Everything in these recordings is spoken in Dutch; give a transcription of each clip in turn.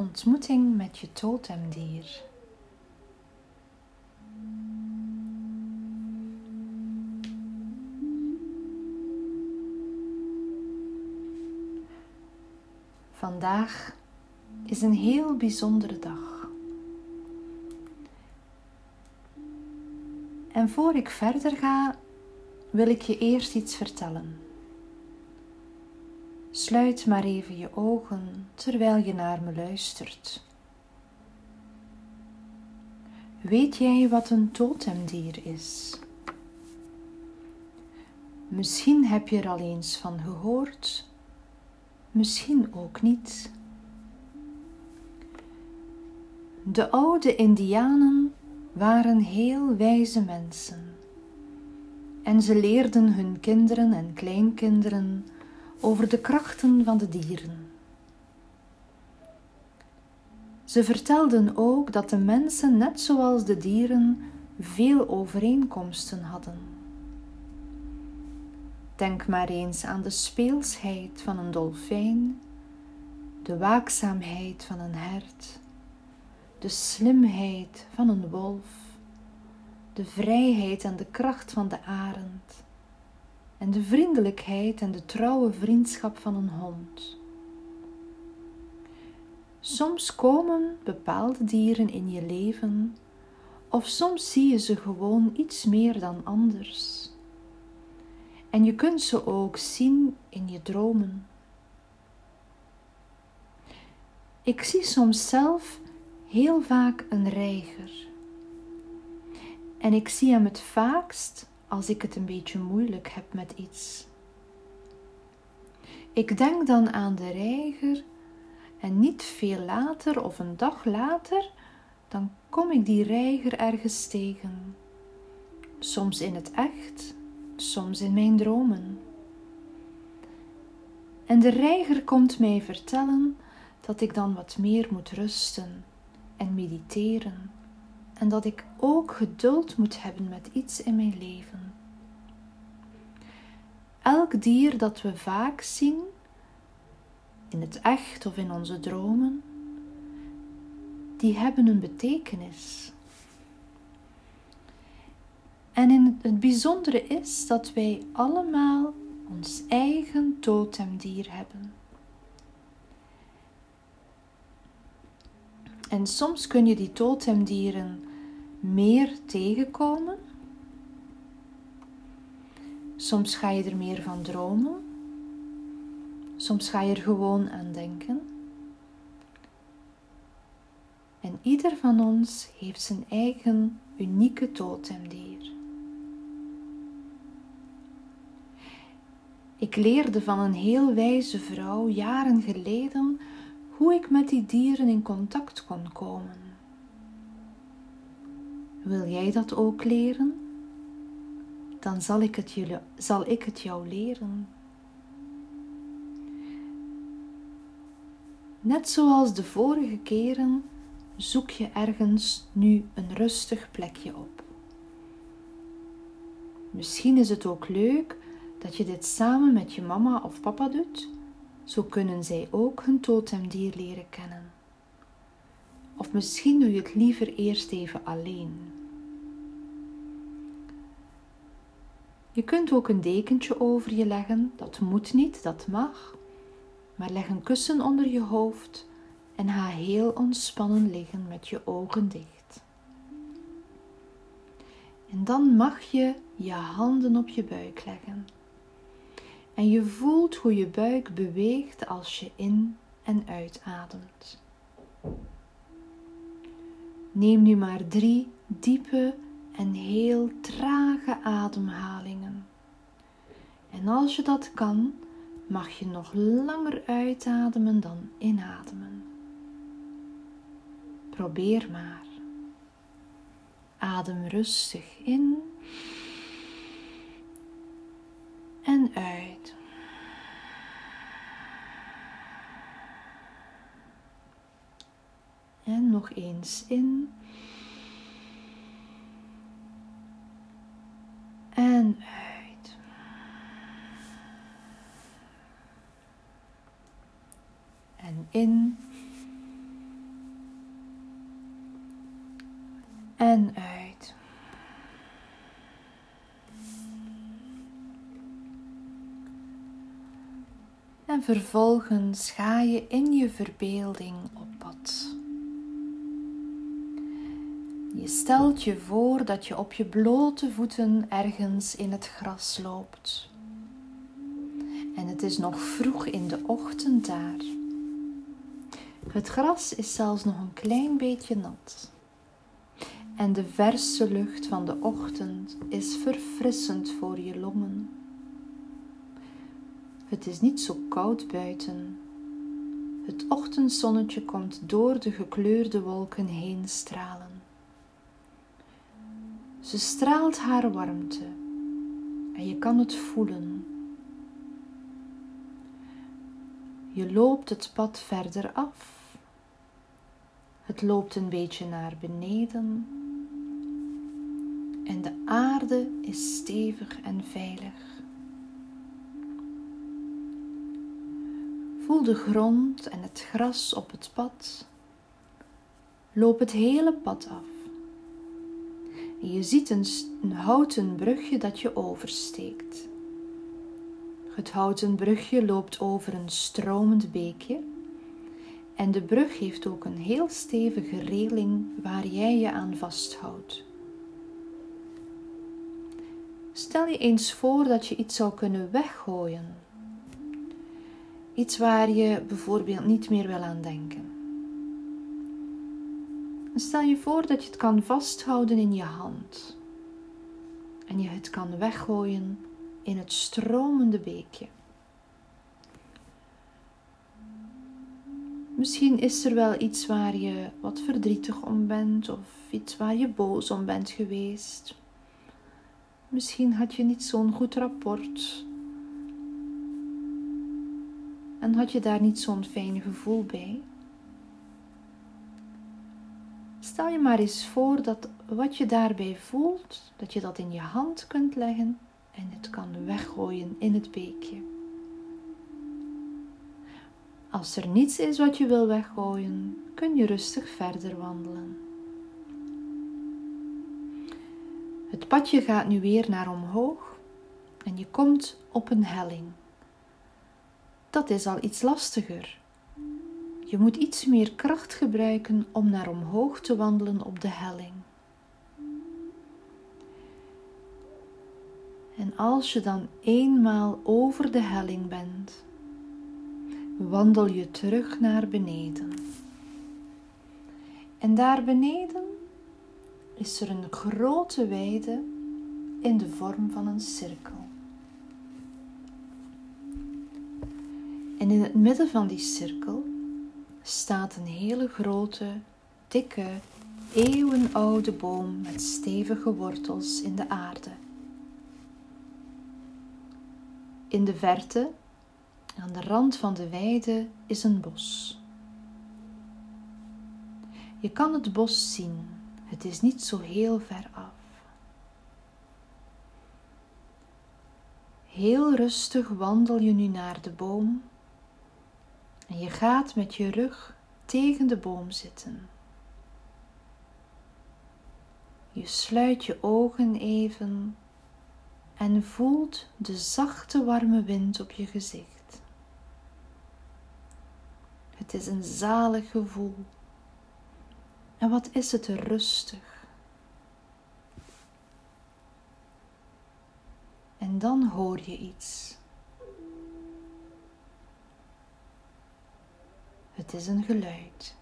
ontmoeting met je totemdier. Vandaag is een heel bijzondere dag. En voor ik verder ga, wil ik je eerst iets vertellen. Sluit maar even je ogen terwijl je naar me luistert. Weet jij wat een totemdier is? Misschien heb je er al eens van gehoord, misschien ook niet. De oude Indianen waren heel wijze mensen en ze leerden hun kinderen en kleinkinderen over de krachten van de dieren. Ze vertelden ook dat de mensen, net zoals de dieren, veel overeenkomsten hadden. Denk maar eens aan de speelsheid van een dolfijn, de waakzaamheid van een hert, de slimheid van een wolf, de vrijheid en de kracht van de arend en de vriendelijkheid en de trouwe vriendschap van een hond. Soms komen bepaalde dieren in je leven, of soms zie je ze gewoon iets meer dan anders. En je kunt ze ook zien in je dromen. Ik zie soms zelf heel vaak een reiger. En ik zie hem het vaakst als ik het een beetje moeilijk heb met iets. Ik denk dan aan de reiger en niet veel later of een dag later, dan kom ik die reiger ergens tegen. Soms in het echt, soms in mijn dromen. En de reiger komt mij vertellen dat ik dan wat meer moet rusten en mediteren. En dat ik ook geduld moet hebben met iets in mijn leven. Elk dier dat we vaak zien, in het echt of in onze dromen, die hebben een betekenis. En het bijzondere is dat wij allemaal ons eigen totemdier hebben. En soms kun je die totemdieren meer tegenkomen. Soms ga je er meer van dromen. Soms ga je er gewoon aan denken. En ieder van ons heeft zijn eigen unieke totemdier. Ik leerde van een heel wijze vrouw jaren geleden hoe ik met die dieren in contact kon komen. Wil jij dat ook leren? Dan zal ik het jou leren. Net zoals de vorige keren zoek je ergens nu een rustig plekje op. Misschien is het ook leuk dat je dit samen met je mama of papa doet. Zo kunnen zij ook hun totemdier leren kennen. Of misschien doe je het liever eerst even alleen. Je kunt ook een dekentje over je leggen. Dat moet niet, dat mag. Maar leg een kussen onder je hoofd en ga heel ontspannen liggen met je ogen dicht. En dan mag je je handen op je buik leggen. En je voelt hoe je buik beweegt als je in- en uitademt. Neem nu maar 3 diepe en heel trage ademhalingen. En als je dat kan, mag je nog langer uitademen dan inademen. Probeer maar. Adem rustig in en uit. En nog eens in en uit. En in En uit. En vervolgens ga je in je verbeelding op pad. Je stelt je voor dat je op je blote voeten ergens in het gras loopt. En het is nog vroeg in de ochtend daar. Het gras is zelfs nog een klein beetje nat. En de verse lucht van de ochtend is verfrissend voor je longen. Het is niet zo koud buiten. Het ochtendzonnetje komt door de gekleurde wolken heen stralen. Ze straalt haar warmte en je kan het voelen. Je loopt het pad verder af. Het loopt een beetje naar beneden. En de aarde is stevig en veilig. Voel de grond en het gras op het pad. Loop het hele pad af. En je ziet een houten brugje dat je oversteekt. Het houten brugje loopt over een stromend beekje. En de brug heeft ook een heel stevige reling waar jij je aan vasthoudt. Stel je eens voor dat je iets zou kunnen weggooien. Iets waar je bijvoorbeeld niet meer wil aan denken. En stel je voor dat je het kan vasthouden in je hand. En je het kan weggooien in het stromende beekje. Misschien is er wel iets waar je wat verdrietig om bent of iets waar je boos om bent geweest. Misschien had je niet zo'n goed rapport en had je daar niet zo'n fijn gevoel bij. Stel je maar eens voor dat wat je daarbij voelt, dat je dat in je hand kunt leggen en het kan weggooien in het beekje. Als er niets is wat je wil weggooien, kun je rustig verder wandelen. Het padje gaat nu weer naar omhoog en je komt op een helling. Dat is al iets lastiger. Je moet iets meer kracht gebruiken om naar omhoog te wandelen op de helling. En als je dan eenmaal over de helling bent, wandel je terug naar beneden. En daar beneden is er een grote weide in de vorm van een cirkel. En in het midden van die cirkel staat een hele grote, dikke, eeuwenoude boom met stevige wortels in de aarde. In de verte, aan de rand van de weide, is een bos. Je kan het bos zien, het is niet zo heel ver af. Heel rustig wandel je nu naar de boom en je gaat met je rug tegen de boom zitten. Je sluit je ogen even en voelt de zachte warme wind op je gezicht. Het is een zalig gevoel. En wat is het rustig. En dan hoor je iets. Het is een geluid.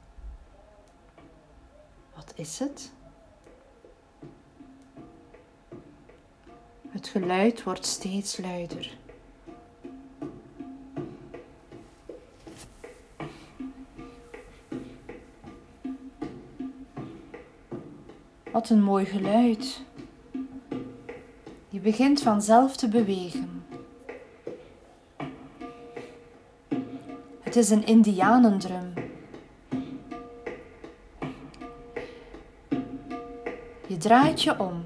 Wat is het? Het geluid wordt steeds luider. Wat een mooi geluid. Je begint vanzelf te bewegen. Het is een indianendrum. Je draait je om.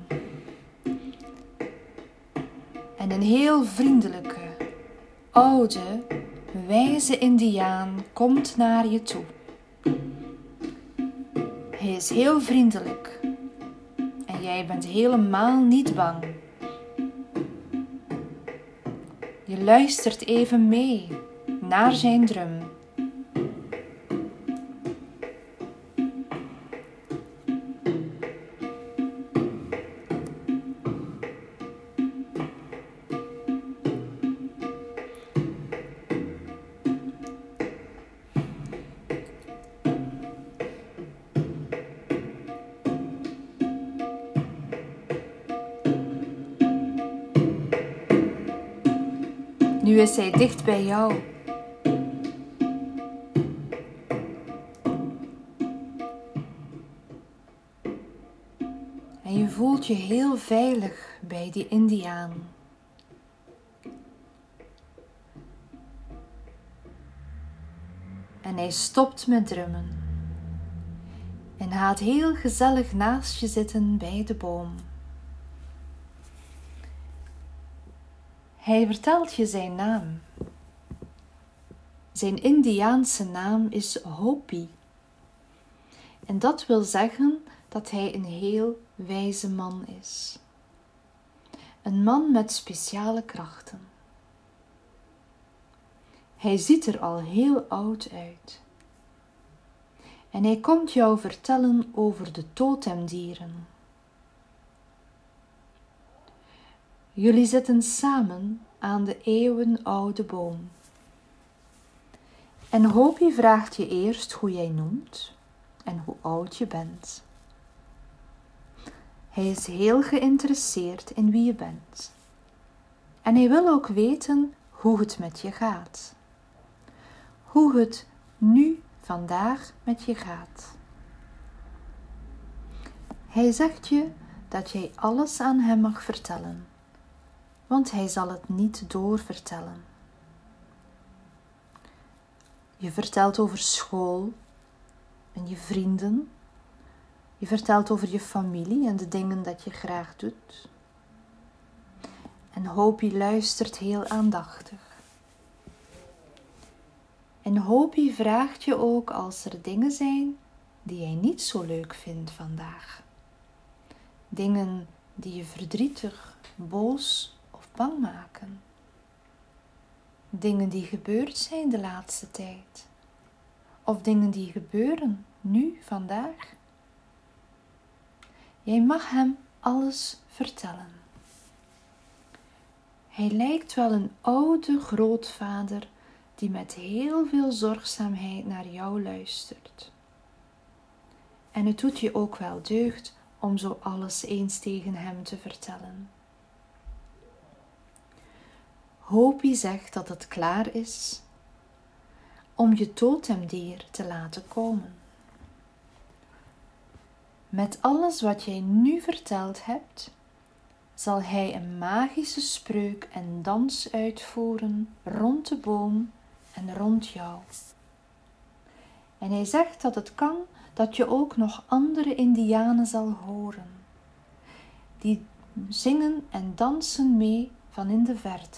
En een heel vriendelijke, oude, wijze indiaan komt naar je toe. Hij is heel vriendelijk jij bent helemaal niet bang. Je luistert even mee naar zijn drum. Nu is hij dicht bij jou. En je voelt je heel veilig bij die Indiaan. En hij stopt met drummen. En gaat heel gezellig naast je zitten bij de boom. Hij vertelt je zijn naam. Zijn Indiaanse naam is Hopi. En dat wil zeggen dat hij een heel wijze man is. Een man met speciale krachten. Hij ziet er al heel oud uit. En hij komt jou vertellen over de totemdieren. Jullie zitten samen aan de eeuwenoude boom. En Hopi vraagt je eerst hoe jij noemt en hoe oud je bent. Hij is heel geïnteresseerd in wie je bent. En hij wil ook weten hoe het met je gaat. Hoe het nu, vandaag, met je gaat. Hij zegt je dat jij alles aan hem mag vertellen. Want hij zal het niet doorvertellen. Je vertelt over school en je vrienden. Je vertelt over je familie en de dingen dat je graag doet. En Hopi luistert heel aandachtig. En Hopi vraagt je ook als er dingen zijn die jij niet zo leuk vindt vandaag. Dingen die je verdrietig, boos of bang maken. Dingen die gebeurd zijn de laatste tijd. Of dingen die gebeuren nu, vandaag. Jij mag hem alles vertellen. Hij lijkt wel een oude grootvader die met heel veel zorgzaamheid naar jou luistert. En het doet je ook wel deugd om zo alles eens tegen hem te vertellen. Hopi zegt dat het klaar is om je totemdier te laten komen. Met alles wat jij nu verteld hebt, zal hij een magische spreuk en dans uitvoeren rond de boom en rond jou. En hij zegt dat het kan dat je ook nog andere Indianen zal horen. Die zingen en dansen mee van in de verte.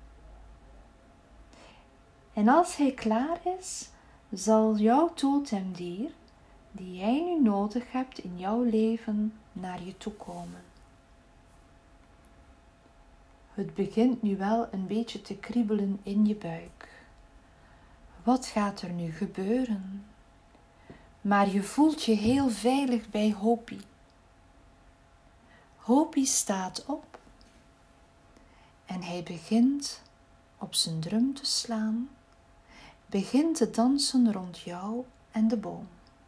En als hij klaar is, zal jouw totemdier, die jij nu nodig hebt in jouw leven, naar je toe komen. Het begint nu wel een beetje te kriebelen in je buik. Wat gaat er nu gebeuren? Maar je voelt je heel veilig bij Hopi. Hopi staat op en hij begint op zijn drum te slaan, begint te dansen rond jou en de boom.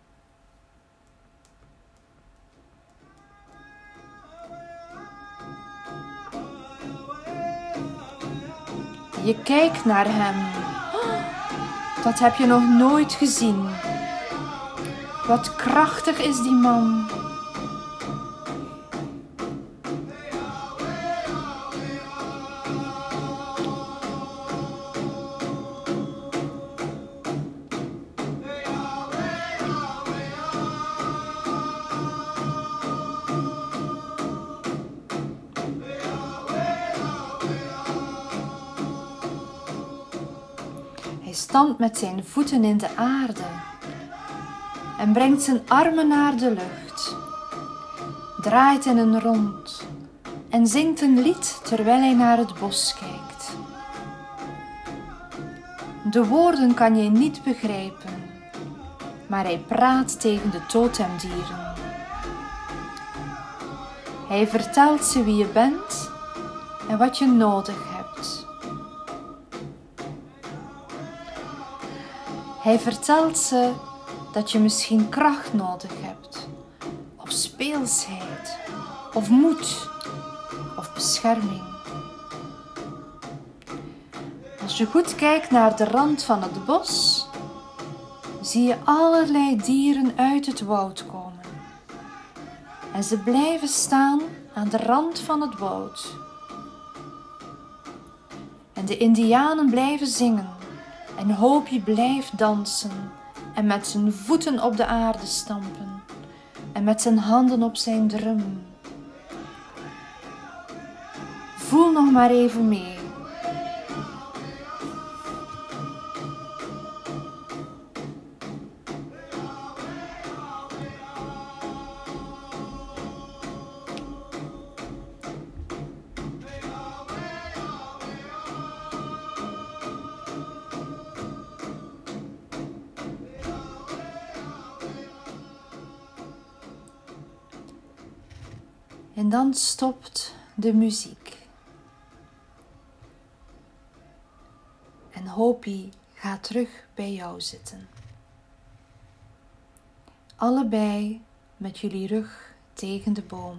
Je kijkt naar hem. Dat heb je nog nooit gezien. Wat krachtig is die man. Hij stampt met zijn voeten in de aarde en brengt zijn armen naar de lucht. draait in een rond en zingt een lied terwijl hij naar het bos kijkt. De woorden kan je niet begrijpen, maar hij praat tegen de totemdieren. Hij vertelt ze wie je bent en wat je nodig hebt. Hij vertelt ze dat je misschien kracht nodig hebt, of speelsheid, of moed, of bescherming. Als je goed kijkt naar de rand van het bos, zie je allerlei dieren uit het woud komen. En ze blijven staan aan de rand van het woud. En de Indianen blijven zingen en Hopi blijft dansen en met zijn voeten op de aarde stampen en met zijn handen op zijn drum. Voel nog maar even mee. En dan stopt de muziek. En Hopi gaat terug bij jou zitten. Allebei met jullie rug tegen de boom.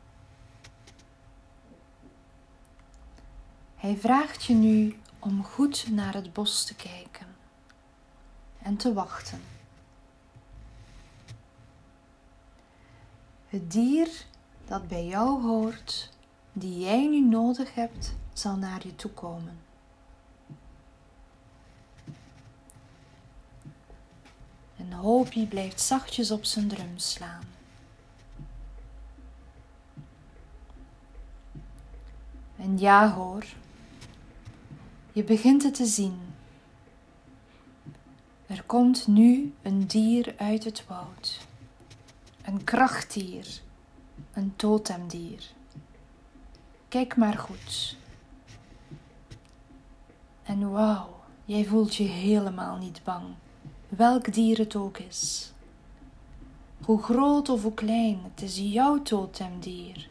Hij vraagt je nu om goed naar het bos te kijken en te wachten. Het dier dat bij jou hoort, die jij nu nodig hebt, zal naar je toe komen. En Hopi blijft zachtjes op zijn drum slaan. En ja hoor, je begint het te zien. Er komt nu een dier uit het woud. Een krachtdier. Een totemdier. Kijk maar goed. En wauw, jij voelt je helemaal niet bang, welk dier het ook is. Hoe groot of hoe klein, het is jouw totemdier.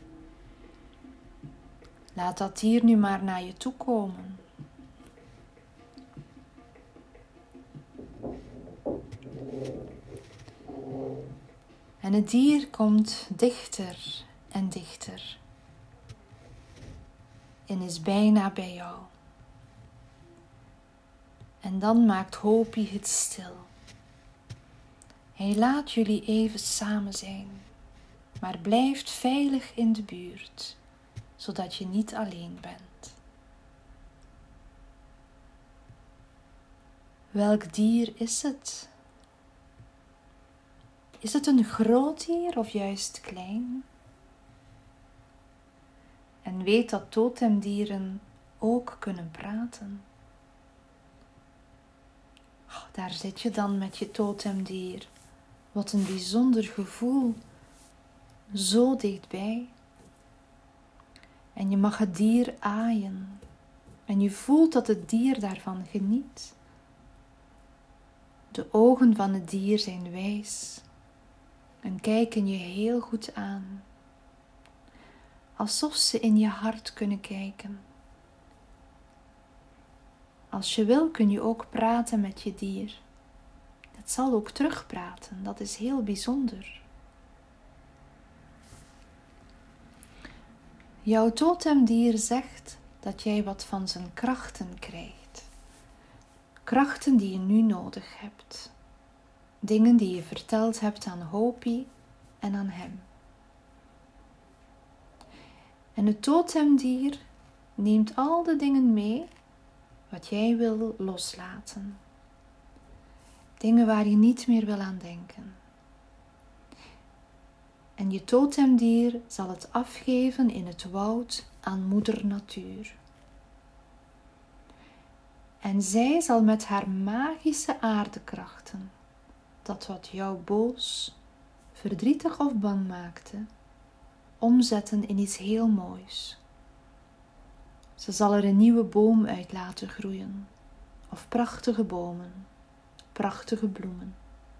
Laat dat dier nu maar naar je toe komen. En het dier komt dichter en dichter en is bijna bij jou. En dan maakt Hopi het stil. Hij laat jullie even samen zijn, maar blijft veilig in de buurt, zodat je niet alleen bent. Welk dier is het? Is het een groot dier of juist klein? En weet dat totemdieren ook kunnen praten. Oh, daar zit je dan met je totemdier. Wat een bijzonder gevoel. Zo dichtbij. En je mag het dier aaien. En je voelt dat het dier daarvan geniet. De ogen van het dier zijn wijs. En kijken je heel goed aan. Alsof ze in je hart kunnen kijken. Als je wil kun je ook praten met je dier. Het zal ook terugpraten, dat is heel bijzonder. Jouw totemdier zegt dat jij wat van zijn krachten krijgt. Krachten die je nu nodig hebt. Dingen die je verteld hebt aan Hopi en aan hem. En het totemdier neemt al de dingen mee wat jij wil loslaten. Dingen waar je niet meer wil aan denken. En je totemdier zal het afgeven in het woud aan moeder natuur. En zij zal met haar magische aardekrachten, dat wat jou boos, verdrietig of bang maakte, omzetten in iets heel moois. Ze zal er een nieuwe boom uit laten groeien, of prachtige bomen, prachtige bloemen.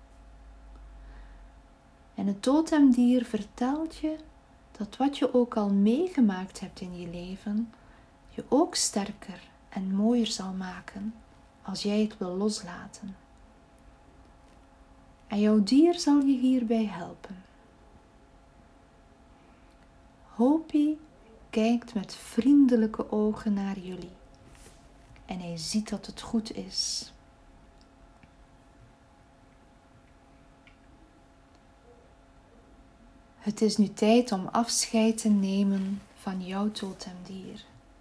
En het totemdier vertelt je dat wat je ook al meegemaakt hebt in je leven, je ook sterker en mooier zal maken als jij het wil loslaten. En jouw dier zal je hierbij helpen. Hopi kijkt met vriendelijke ogen naar jullie en hij ziet dat het goed is. Het is nu tijd om afscheid te nemen van jouw totemdier.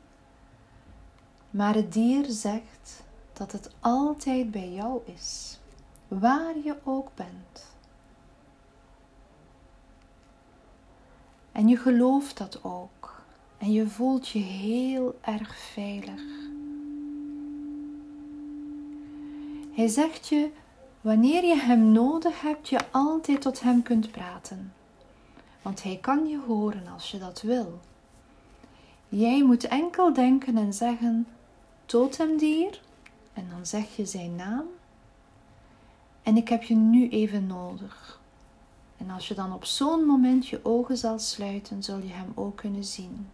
Maar het dier zegt dat het altijd bij jou is, waar je ook bent. En je gelooft dat ook en je voelt je heel erg veilig. Hij zegt je, wanneer je hem nodig hebt, je altijd tot hem kunt praten. Want hij kan je horen als je dat wil. Jij moet enkel denken en zeggen, totemdier, en dan zeg je zijn naam. En ik heb je nu even nodig. En als je dan op zo'n moment je ogen zal sluiten, zul je hem ook kunnen zien.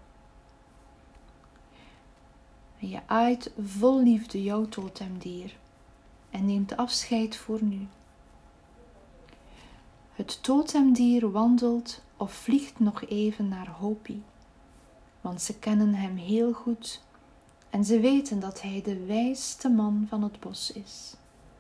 En je aait vol liefde jouw totemdier en neemt afscheid voor nu. Het totemdier wandelt of vliegt nog even naar Hopi, want ze kennen hem heel goed en ze weten dat hij de wijste man van het bos is.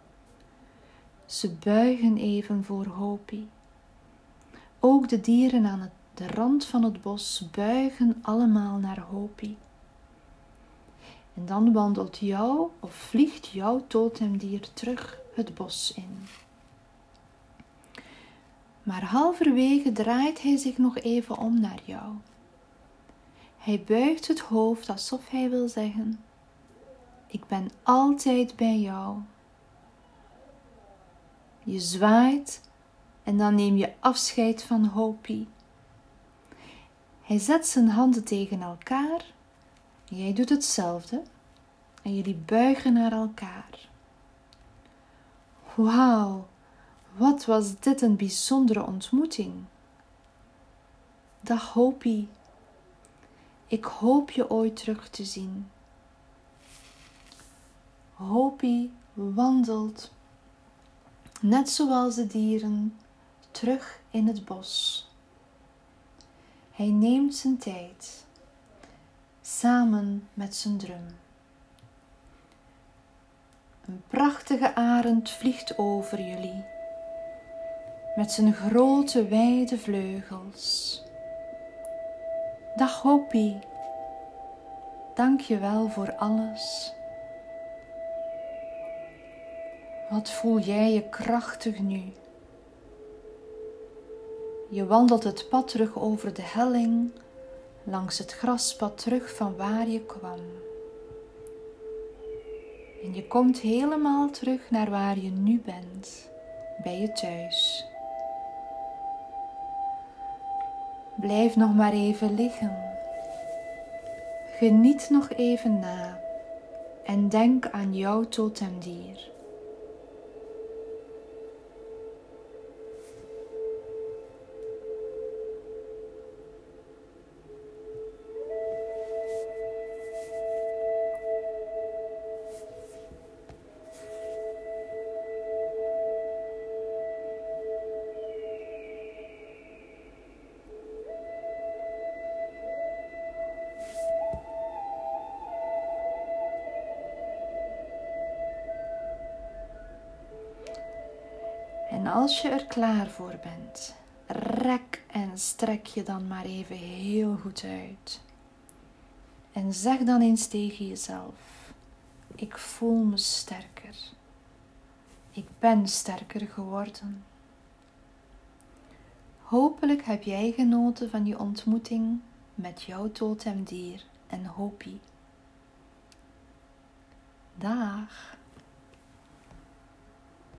Ze buigen even voor Hopi. Ook de dieren aan de rand van het bos buigen allemaal naar Hopi. En dan wandelt of vliegt jouw totemdier terug het bos in. Maar halverwege draait hij zich nog even om naar jou. Hij buigt het hoofd alsof hij wil zeggen, ik ben altijd bij jou. Je zwaait en dan neem je afscheid van Hopi. Hij zet zijn handen tegen elkaar. Jij doet hetzelfde. En jullie buigen naar elkaar. Wauw, wat was dit een bijzondere ontmoeting. Dag Hopi. Ik hoop je ooit terug te zien. Hopi wandelt, net zoals de dieren, terug in het bos. Hij neemt zijn tijd, samen met zijn drum. Een prachtige arend vliegt over jullie, met zijn grote wijde vleugels. Dag Hopi, dank je wel voor alles. Wat voel jij je krachtig nu? Je wandelt het pad terug over de helling, langs het graspad terug van waar je kwam. En je komt helemaal terug naar waar je nu bent, bij je thuis. Blijf nog maar even liggen. Geniet nog even na en denk aan jouw totemdier. En als je er klaar voor bent, rek en strek je dan maar even heel goed uit. En zeg dan eens tegen jezelf, ik voel me sterker. Ik ben sterker geworden. Hopelijk heb jij genoten van je ontmoeting met jouw totemdier en Hopi. Dag!